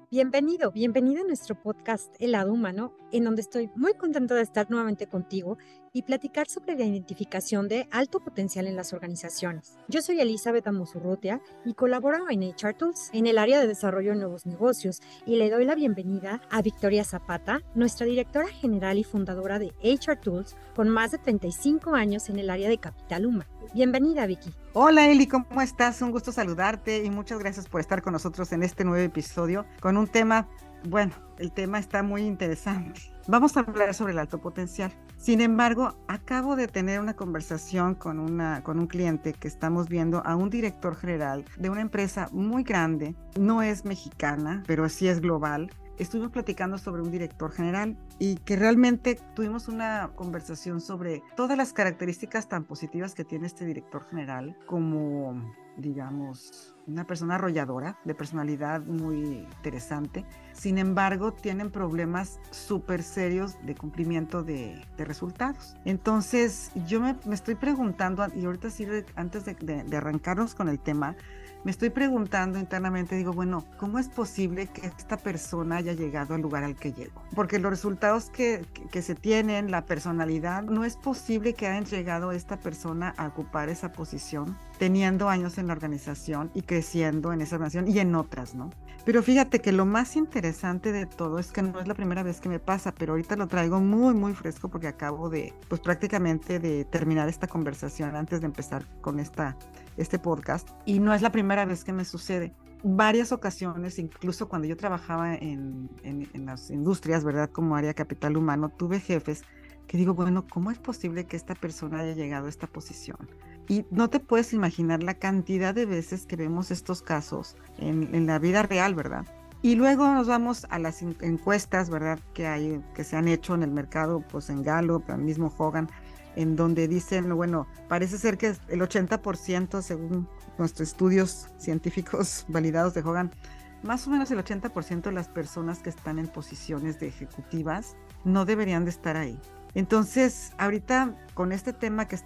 Bienvenido a nuestro podcast El Lado Humano, en donde estoy muy contenta de estar nuevamente contigo y platicar sobre la identificación de alto potencial en las organizaciones. Yo soy Elizabeth Amosurrutia y colaboro en HR Tools en el área de desarrollo de nuevos negocios y le doy la bienvenida a Victoria Zapata, nuestra directora general y fundadora de HR Tools, con más de 35 años en el área de capital humano. Bienvenida, Vicky. Hola Eli, ¿cómo estás? Un gusto saludarte y muchas gracias por estar con nosotros en este nuevo episodio con un tema, bueno, el tema está muy interesante. Vamos a hablar sobre el alto potencial. Sin embargo, acabo de tener una conversación con un cliente que estamos viendo a un director general de una empresa muy grande, no es mexicana, pero sí es global. Estuvimos platicando sobre un director general y que realmente tuvimos una conversación sobre todas las características tan positivas que tiene este director general, como, digamos, una persona arrolladora, de personalidad muy interesante. Sin embargo, tienen problemas súper serios de cumplimiento de resultados. Entonces, yo me estoy preguntando, y ahorita sí, antes de arrancarnos con el tema, me estoy preguntando internamente, digo, bueno, ¿cómo es posible que esta persona haya llegado al lugar al que llegó? Porque los resultados que se tienen, la personalidad, no es posible que hayan llegado esta persona a ocupar esa posición teniendo años en la organización y creciendo en esa organización y en otras, ¿no? Pero fíjate que lo más interesante de todo es que no es la primera vez que me pasa, pero ahorita lo traigo muy, muy fresco porque acabo de, pues prácticamente de terminar esta conversación antes de empezar con este podcast, y no es la primera vez que me sucede. Varias ocasiones, incluso cuando yo trabajaba en las industrias, ¿verdad? Como área capital humano, tuve jefes que digo, bueno, ¿cómo es posible que esta persona haya llegado a esta posición? Y no te puedes imaginar la cantidad de veces que vemos estos casos en la vida real, ¿verdad? Y luego nos vamos a las encuestas, ¿verdad? Que se han hecho en el mercado, pues en Gallup, el mismo Hogan, en donde dicen, bueno, parece ser que el 80%, según nuestros estudios científicos validados de Hogan, más o menos el 80% de las personas que están en posiciones de ejecutivas no deberían de estar ahí. Entonces, ahorita con este tema que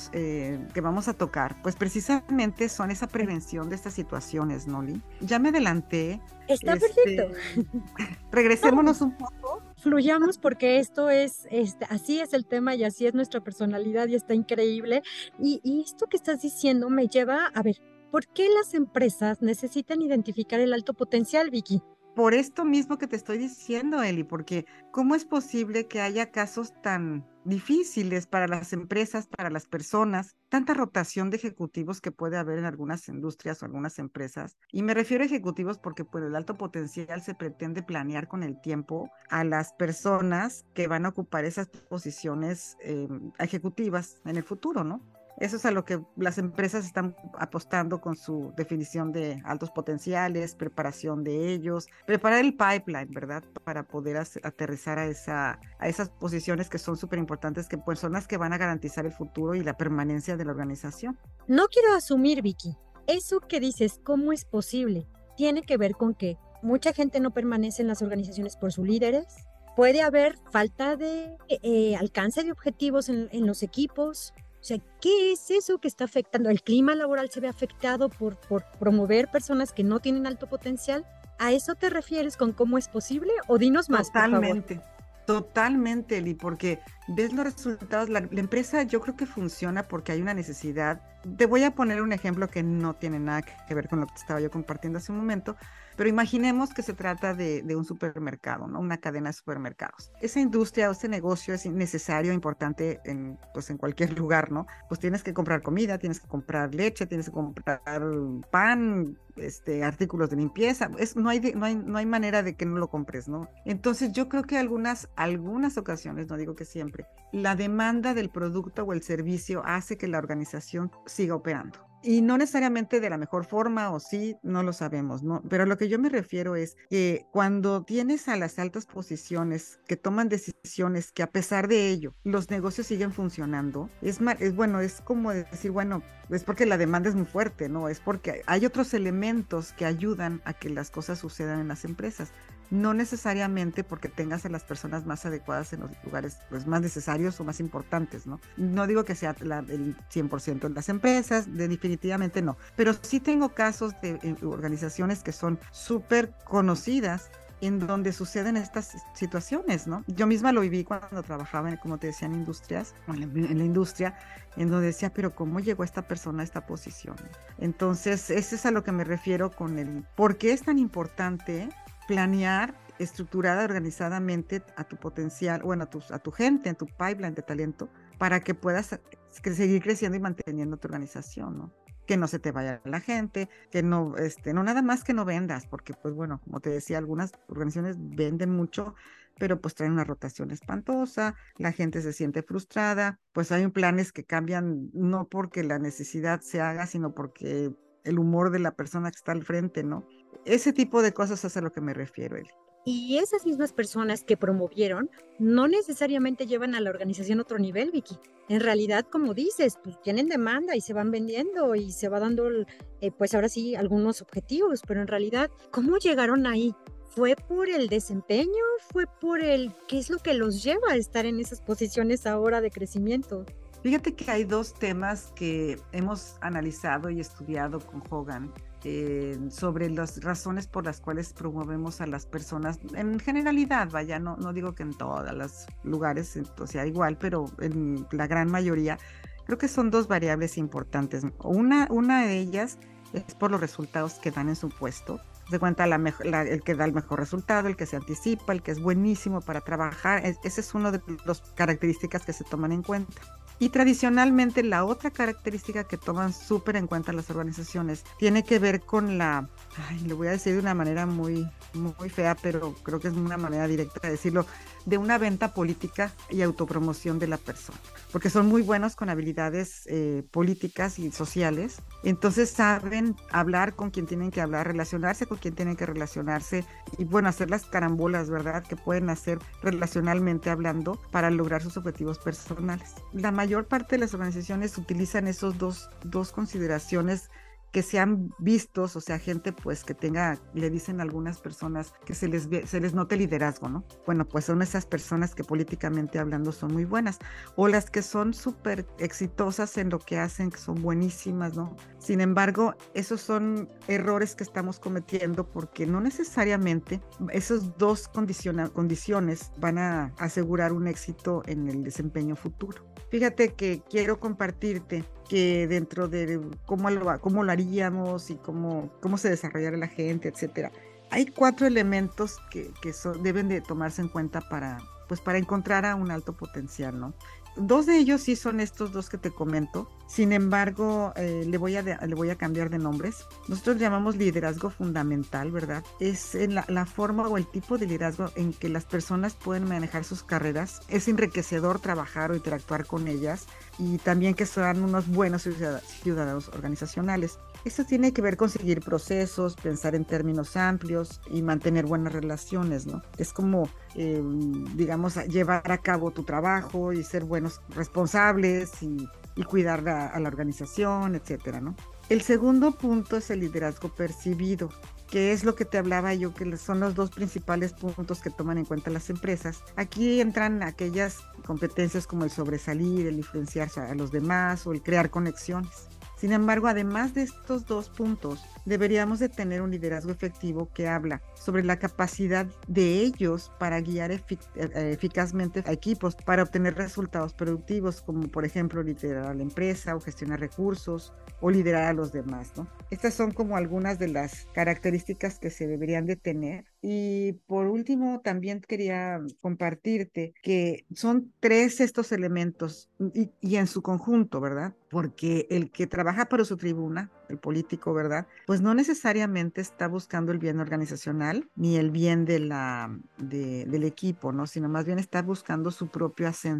que vamos a tocar, pues precisamente son esa prevención de estas situaciones, ¿no, Lee? Ya me adelanté. Está perfecto. Regresémonos un poco. Fluyamos porque esto es, así es el tema y así es nuestra personalidad y está increíble. Y esto que estás diciendo me lleva a ver, ¿por qué las empresas necesitan identificar el alto potencial, Vicky? Por esto mismo que te estoy diciendo, Eli, porque ¿cómo es posible que haya casos tan difíciles para las empresas, para las personas, tanta rotación de ejecutivos que puede haber en algunas industrias o algunas empresas? Y me refiero a ejecutivos porque por el alto potencial se pretende planear con el tiempo a las personas que van a ocupar esas posiciones ejecutivas en el futuro, ¿no? Eso es a lo que las empresas están apostando con su definición de altos potenciales, preparación de ellos, preparar el pipeline, ¿verdad? Para poder aterrizar a esas posiciones que son súper importantes, que pues son las que van a garantizar el futuro y la permanencia de la organización. No quiero asumir, Vicky. Eso que dices, ¿cómo es posible? Tiene que ver con que mucha gente no permanece en las organizaciones por sus líderes. Puede haber falta de alcance de objetivos en los equipos. O sea, ¿qué es eso que está afectando? ¿El clima laboral se ve afectado por promover personas que no tienen alto potencial? ¿A eso te refieres con cómo es posible? O dinos más, por favor. Totalmente, Eli, porque ves los resultados, la empresa yo creo que funciona porque hay una necesidad. Te voy a poner un ejemplo que no tiene nada que ver con lo que estaba yo compartiendo hace un momento, pero imaginemos que se trata de un supermercado, ¿no? Una cadena de supermercados. Esa industria o ese negocio es necesario, importante pues en cualquier lugar, ¿no? Pues tienes que comprar comida, tienes que comprar leche, tienes que comprar pan, artículos de limpieza. No hay manera de que no lo compres, ¿no? Entonces yo creo que algunas ocasiones, no digo que siempre, la demanda del producto o el servicio hace que la organización siga operando. Y no necesariamente de la mejor forma, o sí, no lo sabemos, ¿no? Pero lo que yo me refiero es que cuando tienes a las altas posiciones que toman decisiones que a pesar de ello los negocios siguen funcionando, bueno, es como decir, bueno, es porque la demanda es muy fuerte, ¿no? Es porque hay otros elementos que ayudan a que las cosas sucedan en las empresas. no necesariamente porque tengas a las personas más adecuadas en los lugares pues, más necesarios o más importantes, ¿no? No digo que sea el 100% en las empresas, definitivamente no, pero sí tengo casos de organizaciones que son súper conocidas en donde suceden estas situaciones, ¿no? Yo misma lo viví cuando trabajaba, como te decía, en industrias, en la industria, en donde decía, pero ¿cómo llegó esta persona a esta posición? Entonces, eso es a lo que me refiero con el por qué es tan importante planear estructurada, organizadamente a tu potencial, bueno, a tu gente, en tu pipeline de talento, para que puedas seguir creciendo y manteniendo tu organización, ¿no? Que no se te vaya la gente, que no, no nada más que no vendas, porque pues bueno, como te decía, algunas organizaciones venden mucho, pero pues traen una rotación espantosa, la gente se siente frustrada, pues hay planes que cambian no porque la necesidad se haga, sino porque el humor de la persona que está al frente, ¿no? Ese tipo de cosas es a lo que me refiero, Eli. Y esas mismas personas que promovieron no necesariamente llevan a la organización a otro nivel, Vicky. En realidad, como dices, pues tienen demanda y se van vendiendo y se va dando, pues ahora sí, algunos objetivos, pero en realidad, ¿cómo llegaron ahí? ¿Fue por el desempeño? ¿Fue por el qué es lo que los lleva a estar en esas posiciones ahora de crecimiento? Fíjate que hay dos temas que hemos analizado y estudiado con Hogan sobre las razones por las cuales promovemos a las personas en generalidad, vaya, no digo que en todos los lugares sea igual, pero en la gran mayoría creo que son dos variables importantes. Una de ellas es por los resultados que dan en su puesto. De cuenta el que da el mejor resultado, el que se anticipa, el que es buenísimo para trabajar. Esa es una de las características que se toman en cuenta. Y tradicionalmente la otra característica que toman súper en cuenta las organizaciones tiene que ver con le voy a decir de una manera muy fea, pero creo que es una manera directa de decirlo, de una venta política y autopromoción de la persona, porque son muy buenos con habilidades políticas y sociales, entonces saben hablar con quien tienen que hablar, relacionarse con quien tienen que relacionarse y bueno, hacer las carambolas, ¿verdad? Que pueden hacer relacionalmente hablando para lograr sus objetivos personales. La mayor parte de las organizaciones utilizan esos dos consideraciones que sean vistos, o sea, gente pues que le dicen a algunas personas que se les note liderazgo, ¿no? Bueno, pues son esas personas que políticamente hablando son muy buenas, o las que son súper exitosas en lo que hacen, que son buenísimas, ¿no? Sin embargo, esos son errores que estamos cometiendo porque no necesariamente esas dos condiciones van a asegurar un éxito en el desempeño futuro. Fíjate que quiero compartirte que dentro de cómo lo haríamos y cómo se desarrollara la gente, etcétera, hay 4 elementos que deben de tomarse en cuenta para encontrar a un alto potencial, ¿no? 2 de ellos sí son estos 2 que te comento. Sin embargo, le voy a cambiar de nombres. Nosotros llamamos liderazgo fundamental, ¿verdad? Es en la forma o el tipo de liderazgo en que las personas pueden manejar sus carreras. Es enriquecedor trabajar o interactuar con ellas y también que sean unos buenos ciudadanos organizacionales. Esto tiene que ver con seguir procesos, pensar en términos amplios y mantener buenas relaciones, ¿no? Es como, digamos, llevar a cabo tu trabajo y ser buenos responsables y cuidar a la organización, etcétera, ¿no? El segundo punto es el liderazgo percibido, que es lo que te hablaba yo, que son los 2 principales puntos que toman en cuenta las empresas. Aquí entran aquellas competencias como el sobresalir, el influenciar a los demás o el crear conexiones. Sin embargo, además de estos 2 puntos, deberíamos de tener un liderazgo efectivo que habla sobre la capacidad de ellos para guiar eficazmente a equipos para obtener resultados productivos, como por ejemplo liderar a la empresa o gestionar recursos o liderar a los demás, ¿no? Estas son como algunas de las características que se deberían de tener. Y por último, también quería compartirte que son 3 estos elementos y en su conjunto, ¿verdad? Porque el que trabaja para su tribuna, el político, ¿verdad? Pues no necesariamente está buscando el bien organizacional ni el bien del equipo, ¿no? Sino más bien está buscando su propio ascenso.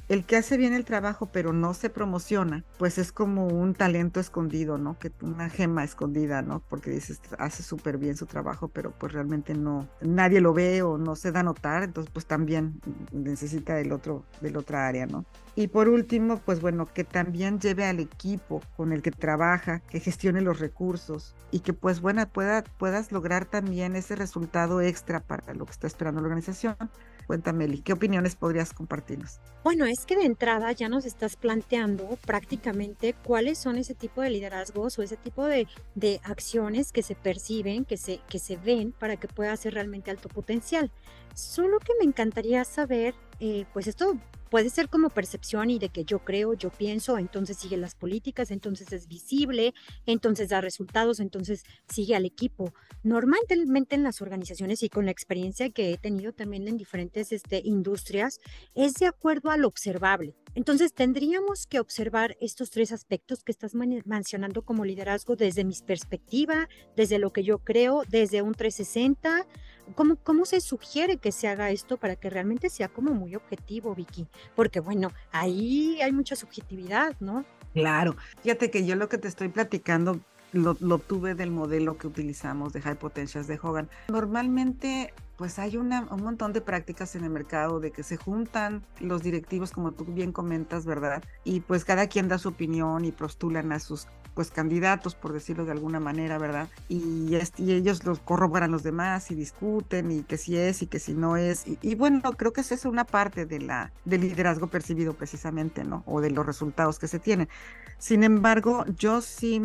el que hace bien el trabajo pero no se promociona, pues es como un talento escondido, ¿no? Que una gema escondida, ¿no? Porque dices, hace súper bien su trabajo, pero pues realmente no, nadie lo ve o no se da a notar, entonces pues también necesita del otra área, ¿no? Y por último, pues bueno, que también lleve al equipo con el que trabaja, que gestione los recursos y que pues bueno, puedas lograr también ese resultado extra para lo que está esperando la organización. Cuéntame, Eli, ¿qué opiniones podrías compartirnos? Bueno, es que de entrada ya nos estás planteando prácticamente cuáles son ese tipo de liderazgos o ese tipo de acciones que se perciben, que se ven para que pueda ser realmente alto potencial. Solo que me encantaría saber, pues esto puede ser como percepción y de que yo creo, yo pienso, entonces sigue las políticas, entonces es visible, entonces da resultados, entonces sigue al equipo. Normalmente en las organizaciones y con la experiencia que he tenido también en diferentes industrias, es de acuerdo a lo observable. Entonces, tendríamos que observar estos tres aspectos que estás mencionando como liderazgo desde mi perspectiva, desde lo que yo creo, desde un 360. ¿Cómo se sugiere que se haga esto para que realmente sea como muy objetivo, Vicky? Porque bueno, ahí hay mucha subjetividad, ¿no? Claro, fíjate que yo lo que te estoy platicando lo obtuve del modelo que utilizamos de High Potentials de Hogan. Normalmente, pues hay un montón de prácticas en el mercado de que se juntan los directivos, como tú bien comentas, ¿verdad? Y pues cada quien da su opinión y postulan a sus pues candidatos, por decirlo de alguna manera, ¿verdad? Y ellos los corroboran los demás y discuten y que si es y que si no es. Y bueno, creo que esa es una parte del liderazgo percibido precisamente, ¿no? O de los resultados que se tienen. Sin embargo, yo sí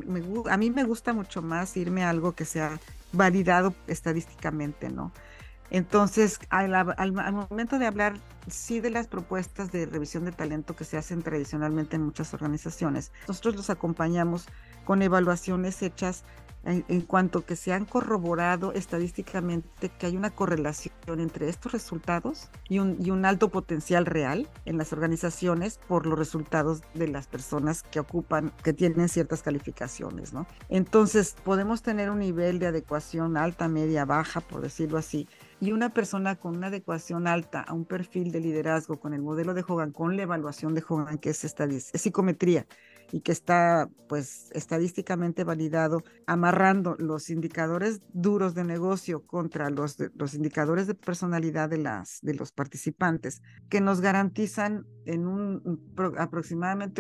a mí me gusta mucho más irme a algo que sea validado estadísticamente, ¿no? Entonces, al momento de hablar, sí, de las propuestas de revisión de talento que se hacen tradicionalmente en muchas organizaciones, nosotros los acompañamos con evaluaciones hechas en cuanto que se han corroborado estadísticamente que hay una correlación entre estos resultados y un alto potencial real en las organizaciones por los resultados de las personas que tienen ciertas calificaciones, ¿no? Entonces, podemos tener un nivel de adecuación alta, media, baja, por decirlo así, y una persona con una adecuación alta a un perfil de liderazgo con el modelo de Hogan, con la evaluación de Hogan, que es psicometría y que está pues estadísticamente validado, amarrando los indicadores duros de negocio contra los indicadores de personalidad de los participantes, que nos garantizan en aproximadamente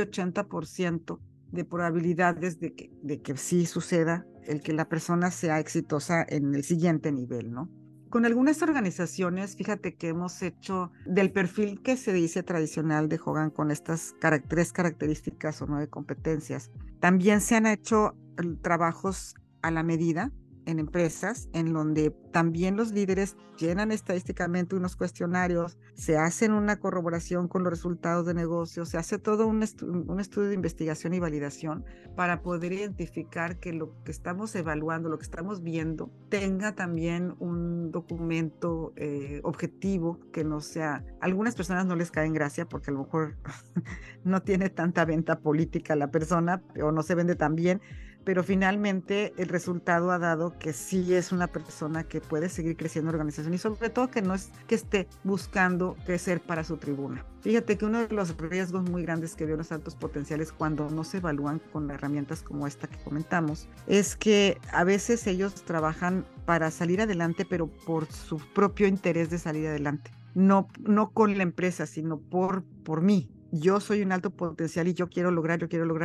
80% de probabilidades de que sí suceda el que la persona sea exitosa en el siguiente nivel, ¿no? Con algunas organizaciones, fíjate que hemos hecho del perfil que se dice tradicional de Hogan con estas tres características o 9 competencias. También se han hecho trabajos a la medida en empresas en donde también los líderes llenan estadísticamente unos cuestionarios, se hacen una corroboración con los resultados de negocio, se hace todo un estudio de investigación y validación para poder identificar que lo que estamos evaluando, lo que estamos viendo, tenga también un documento objetivo que no sea. Algunas personas no les cae en gracia porque a lo mejor no tiene tanta venta política la persona o no se vende tan bien, pero finalmente el resultado ha dado que sí es una persona que puede seguir creciendo en la organización y sobre todo que no es que esté buscando crecer para su tribuna. Fíjate que uno de los riesgos muy grandes que veo en los altos potenciales cuando no se evalúan con herramientas como esta que comentamos es que a veces ellos trabajan para salir adelante, pero por su propio interés de salir adelante. No con la empresa, sino por mí. Yo soy un alto potencial y yo quiero lograr,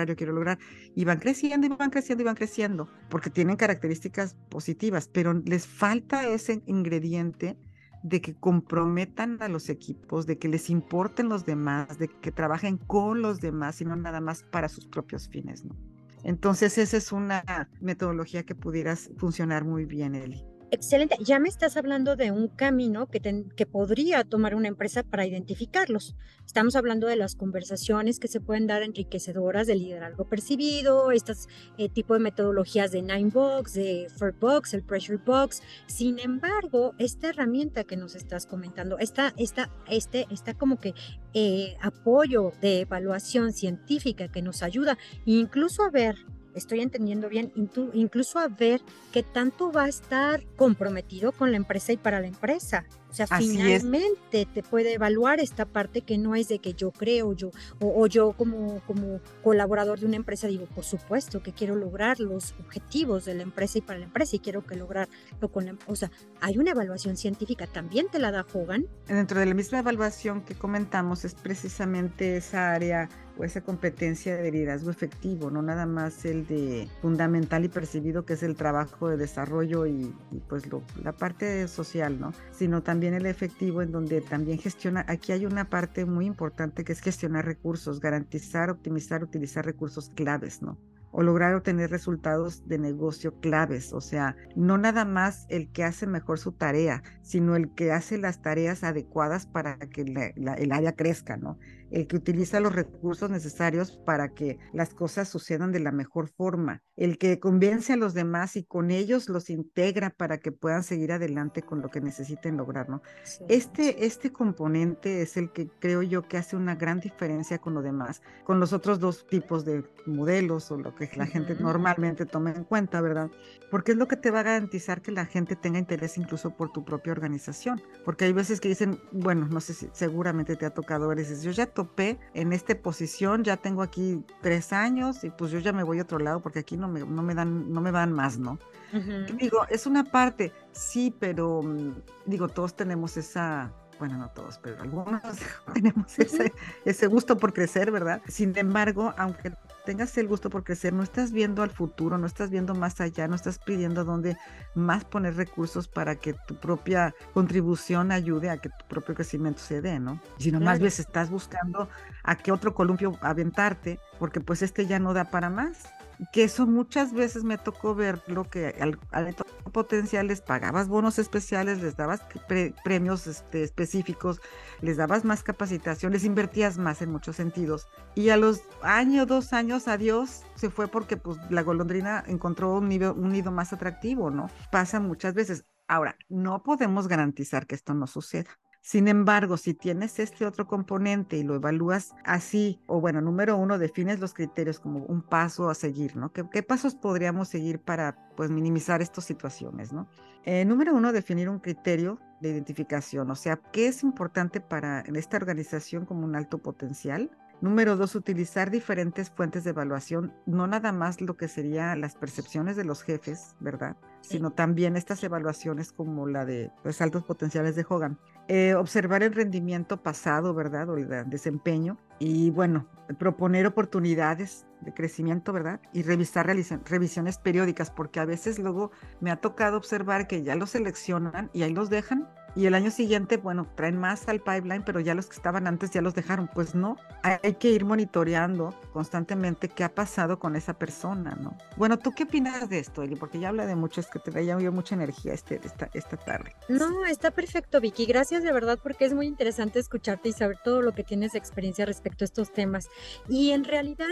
y van creciendo y van creciendo y van creciendo, porque tienen características positivas, pero les falta ese ingrediente de que comprometan a los equipos, de que les importen los demás, de que trabajen con los demás y no nada más para sus propios fines, ¿no? Entonces, esa es una metodología que pudieras funcionar muy bien, Eli. Excelente. Ya me estás hablando de un camino que podría tomar una empresa para identificarlos. Estamos hablando de las conversaciones que se pueden dar enriquecedoras del liderazgo percibido, estas tipo de metodologías de 9 Box, de 4 Box, el Pressure Box. Sin embargo, esta herramienta que nos estás comentando, esta como que apoyo de evaluación científica que nos ayuda incluso a ver estoy entendiendo bien, incluso a ver qué tanto va a estar comprometido con la empresa y para la empresa. O sea, Así es. finalmente te puede evaluar esta parte que no es de que yo creo, o yo como colaborador de una empresa digo, por supuesto que quiero lograr los objetivos de la empresa y para la empresa y quiero que lograrlo con la, o sea, hay una evaluación científica, también te la da Hogan. Dentro de la misma evaluación que comentamos es precisamente esa área o esa competencia de liderazgo efectivo, no nada más el de fundamental y percibido que es el trabajo de desarrollo y pues la parte social, ¿no? Sino también el efectivo en donde también gestiona, aquí hay una parte muy importante que es gestionar recursos, garantizar, optimizar, utilizar recursos claves, ¿no? O lograr obtener resultados de negocio claves, o sea, no nada más el que hace mejor su tarea, sino el que hace las tareas adecuadas para que el área crezca, ¿no? El que utiliza los recursos necesarios para que las cosas sucedan de la mejor forma, el que convence a los demás y con ellos los integra para que puedan seguir adelante con lo que necesiten lograr, ¿no? Sí. Este componente es el que creo yo que hace una gran diferencia con lo demás, con los otros dos tipos de modelos o lo que la gente normalmente toma en cuenta, ¿verdad? Porque es lo que te va a garantizar que la gente tenga interés incluso por tu propia organización, porque hay veces que dicen, bueno, no sé si seguramente te ha tocado ver, dices, yo ya topé en esta posición, ya tengo aquí 3 años y pues yo ya me voy a otro lado porque aquí no me dan más, ¿no? Digo, es una parte, sí, pero digo, todos tenemos esa, bueno, no todos, pero algunos tenemos ese gusto por crecer, ¿verdad? Sin embargo, aunque tengas el gusto por crecer, no estás viendo al futuro, no estás viendo más allá, no estás pidiendo dónde más poner recursos para que tu propia contribución ayude a que tu propio crecimiento se dé, ¿no? Sino más Claro. bien estás buscando a qué otro columpio aventarte, porque pues este ya no da para más. Que eso muchas veces me tocó verlo, que al potencial les pagabas bonos especiales, les dabas premios específicos, les dabas más capacitación, les invertías más en muchos sentidos. Y a los años, 2 años, adiós, se fue porque pues la golondrina encontró un nido más atractivo, ¿no? Pasa muchas veces. Ahora, no podemos garantizar que esto no suceda. Sin embargo, si tienes este otro componente y lo evalúas así, o bueno, número uno, defines los criterios como un paso a seguir, ¿no? ¿Qué pasos podríamos seguir para, pues, minimizar estas situaciones, ¿no? Número uno, definir un criterio de identificación, o sea, ¿qué es importante para en esta organización como un alto potencial? Número dos, utilizar diferentes fuentes de evaluación, no nada más lo que serían las percepciones de los jefes, ¿verdad? Sí. Sino también estas evaluaciones como la de los altos potenciales de Hogan. Observar el rendimiento pasado, ¿verdad? O el desempeño. Y bueno, proponer oportunidades de crecimiento, ¿verdad? Y revisar revisiones periódicas, porque a veces luego me ha tocado observar que ya los seleccionan y ahí los dejan. Y el año siguiente, bueno, traen más al pipeline, pero ya los que estaban antes ya los dejaron. Pues no, hay que ir monitoreando constantemente qué ha pasado con esa persona, ¿no? Bueno, ¿tú qué opinas de esto, Eli? Porque ya habla de mucho, es que te da mucha energía esta tarde. No, está perfecto, Vicky. Gracias de verdad porque es muy interesante escucharte y saber todo lo que tienes de experiencia respecto a estos temas. Y en realidad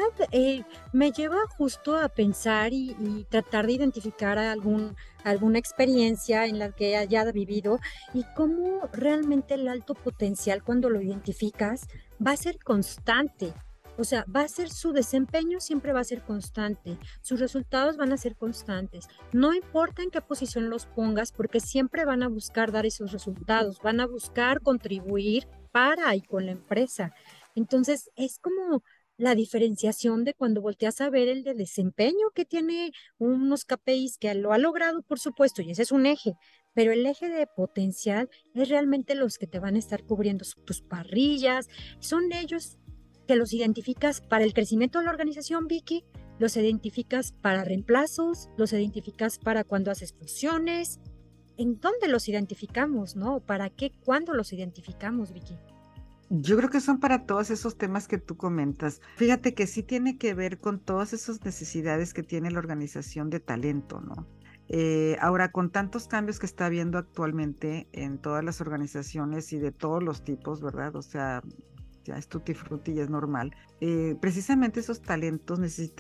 me lleva justo a pensar y tratar de identificar alguna experiencia en la que haya vivido y cómo realmente el alto potencial cuando lo identificas va a ser constante. O sea, va a ser su desempeño siempre va a ser constante, sus resultados van a ser constantes. No importa en qué posición los pongas, porque siempre van a buscar dar esos resultados, van a buscar contribuir para y con la empresa. Entonces, es como la diferenciación de cuando volteas a ver el de desempeño que tiene unos KPIs que lo ha logrado, por supuesto, y ese es un eje, pero el eje de potencial es realmente los que te van a estar cubriendo tus parrillas, son ellos que los identificas para el crecimiento de la organización, Vicky, los identificas para reemplazos, los identificas para cuando haces fusiones. ¿En dónde los identificamos, no? ¿Para qué? ¿Cuándo los identificamos, Vicky? Yo creo que son para todos esos temas que tú comentas. Fíjate que sí tiene que ver con todas esas necesidades que tiene la organización de talento, ¿no? Ahora, con tantos cambios que está habiendo actualmente en todas las organizaciones y de todos los tipos, ¿verdad? O sea, ya es tutti frutti y es normal. Precisamente esos talentos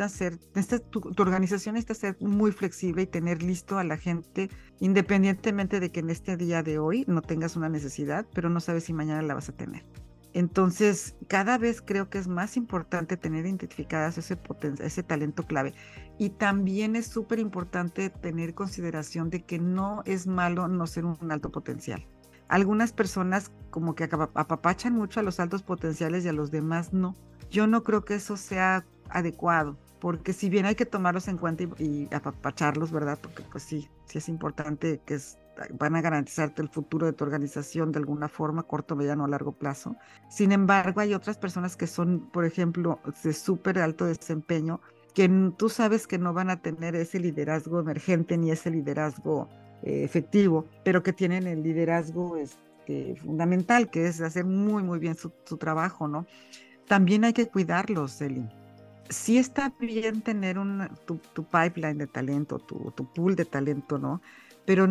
tu organización necesita ser muy flexible y tener listo a la gente, independientemente de que en este día de hoy no tengas una necesidad, pero no sabes si mañana la vas a tener. Entonces, cada vez creo que es más importante tener identificadas ese talento clave. Y también es súper importante tener consideración de que no es malo no ser un alto potencial. Algunas personas como que apapachan mucho a los altos potenciales y a los demás no. Yo no creo que eso sea adecuado, porque si bien hay que tomarlos en cuenta y apapacharlos, ¿verdad? Porque pues sí, sí es importante van a garantizarte el futuro de tu organización de alguna forma, corto, mediano o largo plazo. Sin embargo, hay otras personas que son, por ejemplo, de súper alto desempeño, que tú sabes que no van a tener ese liderazgo emergente ni ese liderazgo efectivo, pero que tienen el liderazgo fundamental, que es hacer muy, muy bien su trabajo, ¿no? También hay que cuidarlos, Eli. Sí está bien tener tu pipeline de talento, tu pool de talento, ¿no? Pero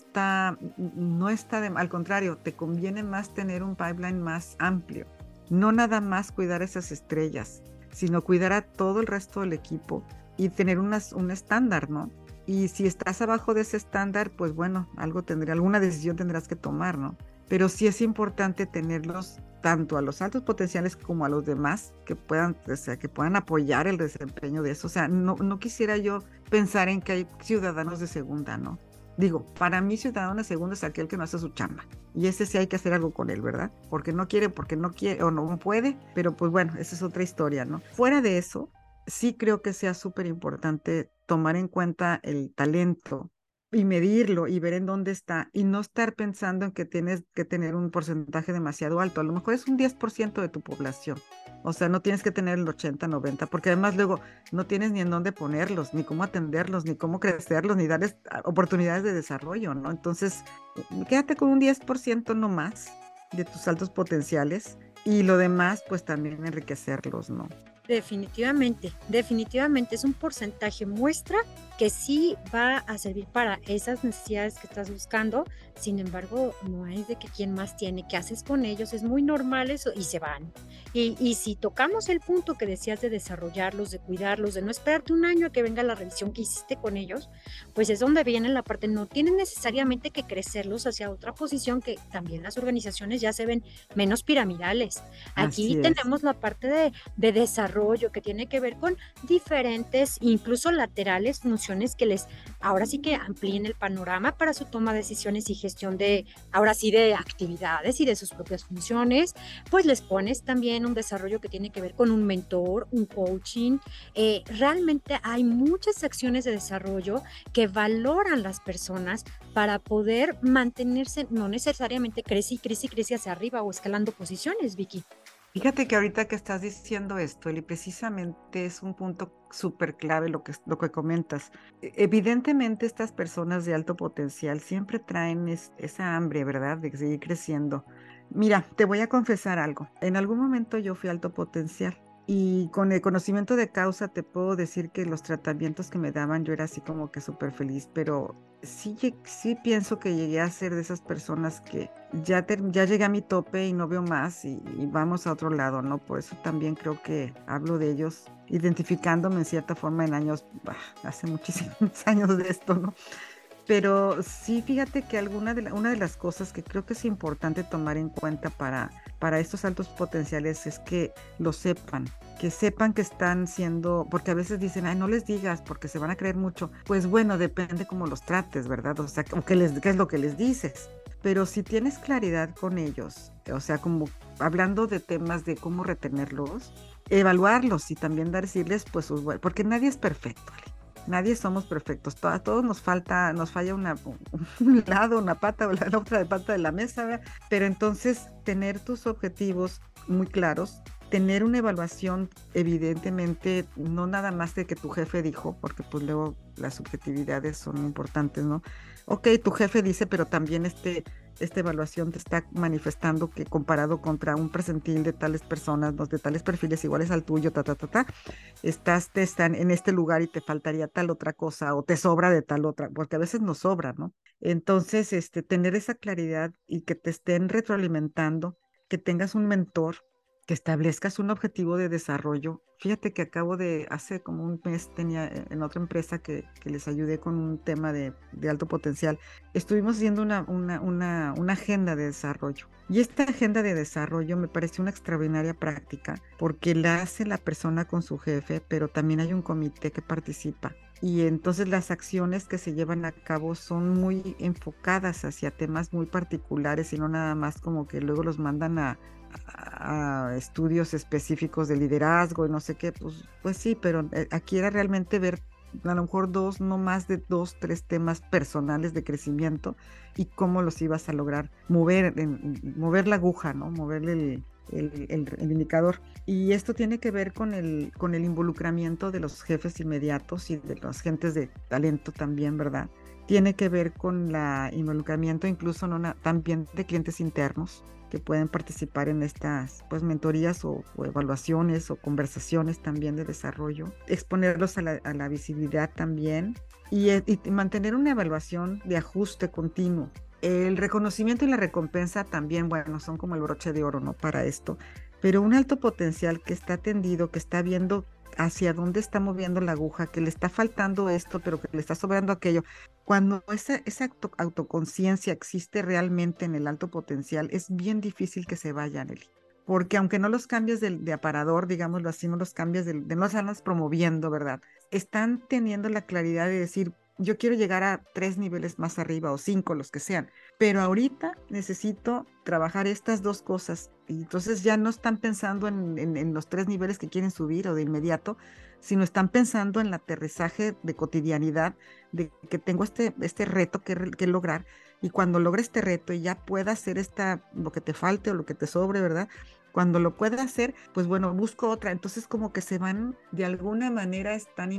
al contrario, te conviene más tener un pipeline más amplio. No nada más cuidar esas estrellas, sino cuidar a todo el resto del equipo y tener un estándar, ¿no? Y si estás abajo de ese estándar, pues bueno, alguna decisión tendrás que tomar, ¿no? Pero sí es importante tenerlos tanto a los altos potenciales como a los demás o sea, que puedan apoyar el desempeño de eso. O sea, no quisiera yo pensar en que hay ciudadanos de segunda, ¿no? Digo, para mí ciudadano de segunda es aquel que no hace su chamba. Y ese sí hay que hacer algo con él, ¿verdad? Porque no quiere o no puede, pero pues bueno, esa es otra historia, ¿no? Fuera de eso, sí creo que sea súper importante tomar en cuenta el talento y medirlo y ver en dónde está y no estar pensando en que tienes que tener un porcentaje demasiado alto. A lo mejor es un 10% de tu población. O sea, no tienes que tener el 80, 90, porque además luego no tienes ni en dónde ponerlos, ni cómo atenderlos, ni cómo crecerlos, ni darles oportunidades de desarrollo, ¿no? Entonces, quédate con un 10% no más de tus altos potenciales y lo demás, pues también enriquecerlos, ¿no? Definitivamente, definitivamente es un porcentaje muestra que sí va a servir para esas necesidades que estás buscando. Sin embargo, no es de que quién más tiene, qué haces con ellos, es muy normal eso y se van. Y si tocamos el punto que decías de desarrollarlos, de cuidarlos, de no esperarte un año a que venga la revisión que hiciste con ellos, pues es donde viene la parte, no tienen necesariamente que crecerlos hacia otra posición que también las organizaciones ya se ven menos piramidales. Aquí Así es. tenemos la parte de desarrollo que tiene que ver con diferentes, incluso laterales, funciones que les, ahora sí que amplíen el panorama para su toma de decisiones y gestión de, ahora sí, de actividades y de sus propias funciones. Pues les pones también un desarrollo que tiene que ver con un mentor, un coaching. Realmente hay muchas acciones de desarrollo que valoran las personas para poder mantenerse, no necesariamente crece y crece y crece hacia arriba o escalando posiciones, Vicky. Fíjate que ahorita que estás diciendo esto, Eli, precisamente es un punto súper clave lo que comentas. Evidentemente, estas personas de alto potencial siempre traen esa hambre, ¿verdad? De seguir creciendo. Mira, te voy a confesar algo. En algún momento yo fui alto potencial y con el conocimiento de causa te puedo decir que los tratamientos que me daban yo era así como que súper feliz, pero sí pienso que llegué a ser de esas personas que ya llegué a mi tope y no veo más y vamos a otro lado, ¿no? Por eso también creo que hablo de ellos, identificándome en cierta forma en años, hace muchísimos años de esto, ¿no? Pero sí, fíjate que una de las cosas que creo que es importante tomar en cuenta para estos altos potenciales es que sepan que están siendo, porque a veces dicen, ay, no les digas porque se van a creer mucho. Pues bueno, depende cómo los trates, ¿verdad? O sea, qué es lo que les dices. Pero si tienes claridad con ellos, o sea, como hablando de temas de cómo retenerlos, evaluarlos y también decirles, pues, porque nadie es perfecto. Nadie somos perfectos, a todos nos falla un lado, una pata o la otra de pata de la mesa, ¿verdad? Pero entonces tener tus objetivos muy claros, tener una evaluación, evidentemente, no nada más de que tu jefe dijo, porque pues luego las subjetividades son importantes, ¿no? Ok, tu jefe dice, pero también esta evaluación te está manifestando que comparado contra un percentil de tales personas, ¿no? De tales perfiles iguales al tuyo, te están en este lugar y te faltaría tal otra cosa o te sobra de tal otra, porque a veces nos sobra, ¿no? Entonces, tener esa claridad y que te estén retroalimentando, que tengas un mentor que establezcas un objetivo de desarrollo. Fíjate que hace como un mes tenía en otra empresa que les ayudé con un tema de alto potencial. Estuvimos haciendo una agenda de desarrollo. Y esta agenda de desarrollo me pareció una extraordinaria práctica porque la hace la persona con su jefe, pero también hay un comité que participa. Y entonces las acciones que se llevan a cabo son muy enfocadas hacia temas muy particulares y no nada más como que luego los mandan a estudios específicos de liderazgo y no sé qué, pues sí, pero aquí era realmente ver a lo mejor no más de 2, 3 temas personales de crecimiento y cómo los ibas a lograr mover la aguja, ¿no? Moverle el indicador. Y esto tiene que ver con el involucramiento de los jefes inmediatos y de las gentes de talento también, ¿verdad? Tiene que ver con el involucramiento incluso también de clientes internos que pueden participar en estas pues mentorías o evaluaciones o conversaciones también de desarrollo, exponerlos a la visibilidad también y mantener una evaluación de ajuste continuo. El reconocimiento y la recompensa también, bueno, son como el broche de oro, ¿no? Para esto, pero un alto potencial que está atendido, que está viendo hacia dónde está moviendo la aguja, que le está faltando esto, pero que le está sobrando aquello. Cuando esa autoconciencia existe realmente en el alto potencial, es bien difícil que se vayan, Eli. Porque aunque no los cambies de aparador, digámoslo así, no los cambies de no los andas promoviendo, ¿verdad? Están teniendo la claridad de decir, yo quiero llegar a 3 niveles más arriba o 5, los que sean, pero ahorita necesito trabajar estas 2 cosas. Y entonces ya no están pensando en los 3 niveles que quieren subir o de inmediato, sino están pensando en el aterrizaje de cotidianidad, de que tengo este reto que lograr, y cuando logre este reto y ya pueda hacer lo que te falte o lo que te sobre, ¿verdad? Cuando lo pueda hacer, pues bueno, busco otra. Entonces como que se van, de alguna manera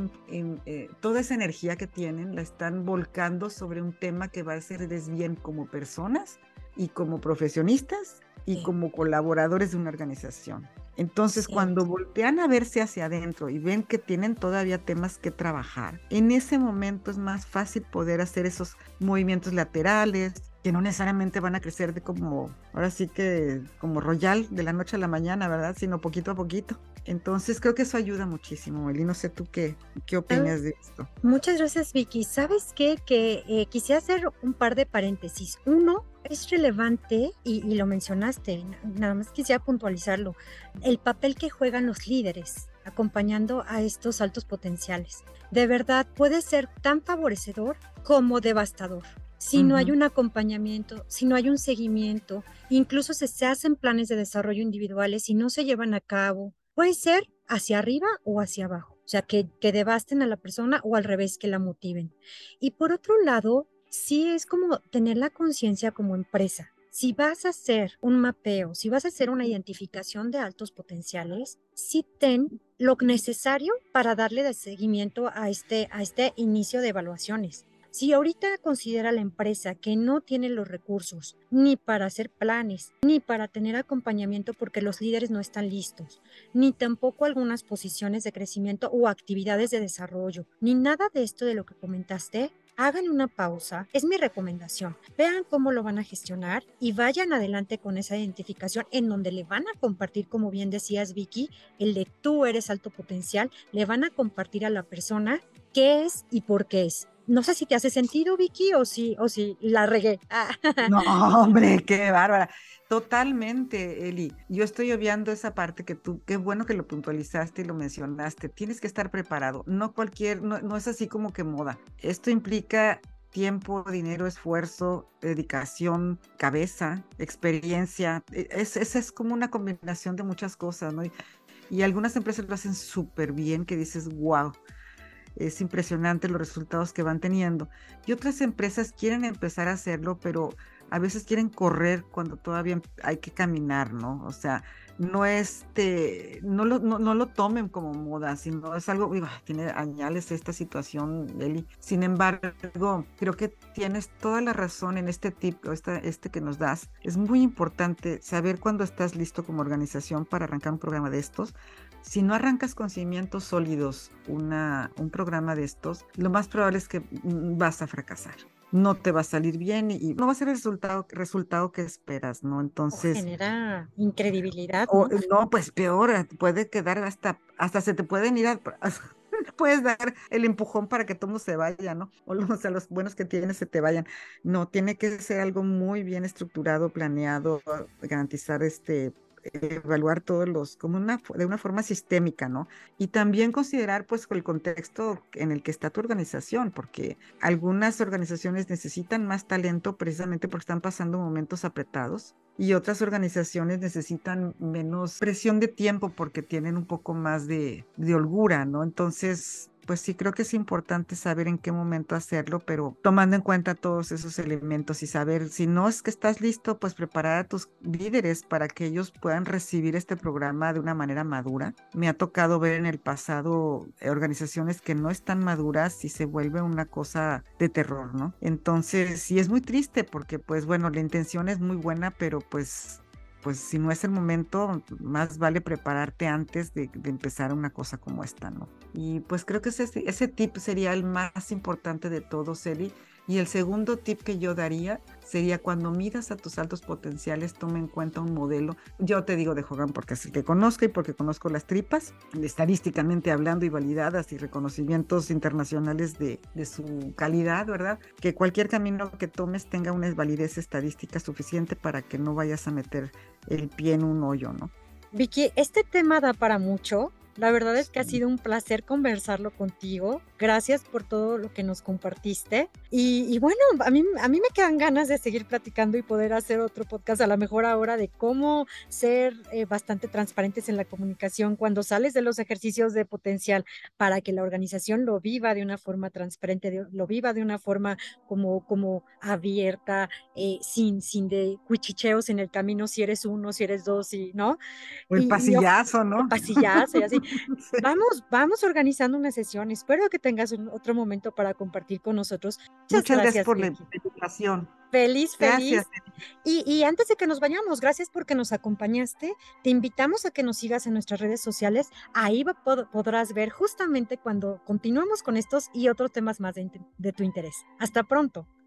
toda esa energía que tienen, la están volcando sobre un tema que va a hacerles bien como personas y como profesionistas y Sí, como colaboradores de una organización. Entonces, sí. cuando voltean a verse hacia adentro y ven que tienen todavía temas que trabajar, en ese momento es más fácil poder hacer esos movimientos laterales que no necesariamente van a crecer ahora sí que como royal de la noche a la mañana, ¿verdad? Sino poquito a poquito. Entonces, creo que eso ayuda muchísimo, Meli. No sé tú qué Ah, opinas de esto. muchas gracias, Vicky. ¿Sabes qué? Que quisiera hacer un par de paréntesis. Uno, es relevante, y lo mencionaste, nada más quisiera puntualizarlo, el papel que juegan los líderes acompañando a estos altos potenciales. De verdad, puede ser tan favorecedor como devastador. Si no hay Ujú. un acompañamiento, si no hay un seguimiento, incluso si se hacen planes de desarrollo individuales y no se llevan a cabo, puede ser hacia arriba o hacia abajo. O sea, que devasten a la persona o al revés, que la motiven. Y por otro lado, sí es como tener la conciencia como empresa. Si vas a hacer un mapeo, si vas a hacer una identificación de altos potenciales, sí ten lo necesario para darle de seguimiento a este inicio de evaluaciones. Si ahorita considera la empresa que no tiene los recursos ni para hacer planes, ni para tener acompañamiento porque los líderes no están listos, ni tampoco algunas posiciones de crecimiento o actividades de desarrollo, ni nada de esto de lo que comentaste, hagan una pausa, es mi recomendación. Vean cómo lo van a gestionar y vayan adelante con esa identificación en donde le van a compartir, como bien decías, Vicky, el de tú eres alto potencial, le van a compartir a la persona qué es y por qué es. No sé si te hace sentido, Vicky, o si la regué. No, hombre, qué bárbara. Totalmente, Eli. Yo estoy obviando esa parte qué bueno que lo puntualizaste y lo mencionaste. Tienes que estar preparado. No es así como que moda. Esto implica tiempo, dinero, esfuerzo, dedicación, cabeza, experiencia. Esa es como una combinación de muchas cosas, ¿no? Y algunas empresas lo hacen súper bien, que dices, wow, es impresionante los resultados que van teniendo. Y otras empresas quieren empezar a hacerlo, pero a veces quieren correr cuando todavía hay que caminar, ¿no? O sea, no lo tomen como moda, sino es algo, uy, tiene añales esta situación, Eli. Sin embargo, creo que tienes toda la razón en este tip, este que nos das. Es muy importante saber cuándo estás listo como organización para arrancar un programa de estos. Si no arrancas con cimientos sólidos un programa de estos, lo más probable es que vas a fracasar. no te va a salir bien y no va a ser el resultado que esperas, ¿no? O Entonces, genera incredibilidad, o ¿no? no, pues peor, puede quedar hasta se te pueden ir puedes dar el empujón para que todo se vaya, ¿no? O sea, los buenos que tienes se te vayan. No, tiene que ser algo muy bien estructurado, planeado, garantizar evaluar todos como de una forma sistémica, ¿no? Y también considerar pues el contexto en el que está tu organización, porque algunas organizaciones necesitan más talento precisamente porque están pasando momentos apretados y otras organizaciones necesitan menos presión de tiempo porque tienen un poco más de holgura, ¿no? Entonces, pues sí, creo que es importante saber en qué momento hacerlo, pero tomando en cuenta todos esos elementos y saber, si no es que estás listo, pues preparar a tus líderes para que ellos puedan recibir este programa de una manera madura. Me ha tocado ver en el pasado organizaciones que no están maduras y se vuelve una cosa de terror, ¿no? Entonces, sí es muy triste porque, pues bueno, la intención es muy buena, pero pues si no es el momento, más vale prepararte antes de empezar una cosa como esta, ¿no? Y pues creo que ese tip sería el más importante de todos, Eli. Y el segundo tip que yo daría sería cuando miras a tus altos potenciales, toma en cuenta un modelo. Yo te digo de Hogan porque es el que conozco y porque conozco las tripas, estadísticamente hablando y validadas y reconocimientos internacionales de su calidad, ¿verdad? Que cualquier camino que tomes tenga una validez estadística suficiente para que no vayas a meter el pie en un hoyo, ¿no? Vicky, este tema da para mucho. La verdad es que ha Sí. sido un placer conversarlo contigo. Gracias por todo lo que nos compartiste. Y bueno, a mí me quedan ganas de seguir platicando y poder hacer otro podcast, a lo mejor ahora de cómo ser bastante transparentes en la comunicación cuando sales de los ejercicios de potencial para que la organización lo viva de una forma transparente, lo viva de una forma como abierta, sin de cuchicheos en el camino, si eres uno, si eres dos, y, ¿no? O el pasillazo, El ¿no? pasillazo y así. Sí. Vamos organizando una sesión. Espero que tengas otro momento para compartir con nosotros. Muchas Muchas gracias gracias, por la Vicky. invitación. Feliz, Gracias. feliz. Y antes de que nos vayamos, gracias porque nos acompañaste. Te invitamos a que nos sigas en nuestras redes sociales. Ahí podrás ver justamente cuando continuamos con estos y otros temas más de tu interés. Hasta pronto.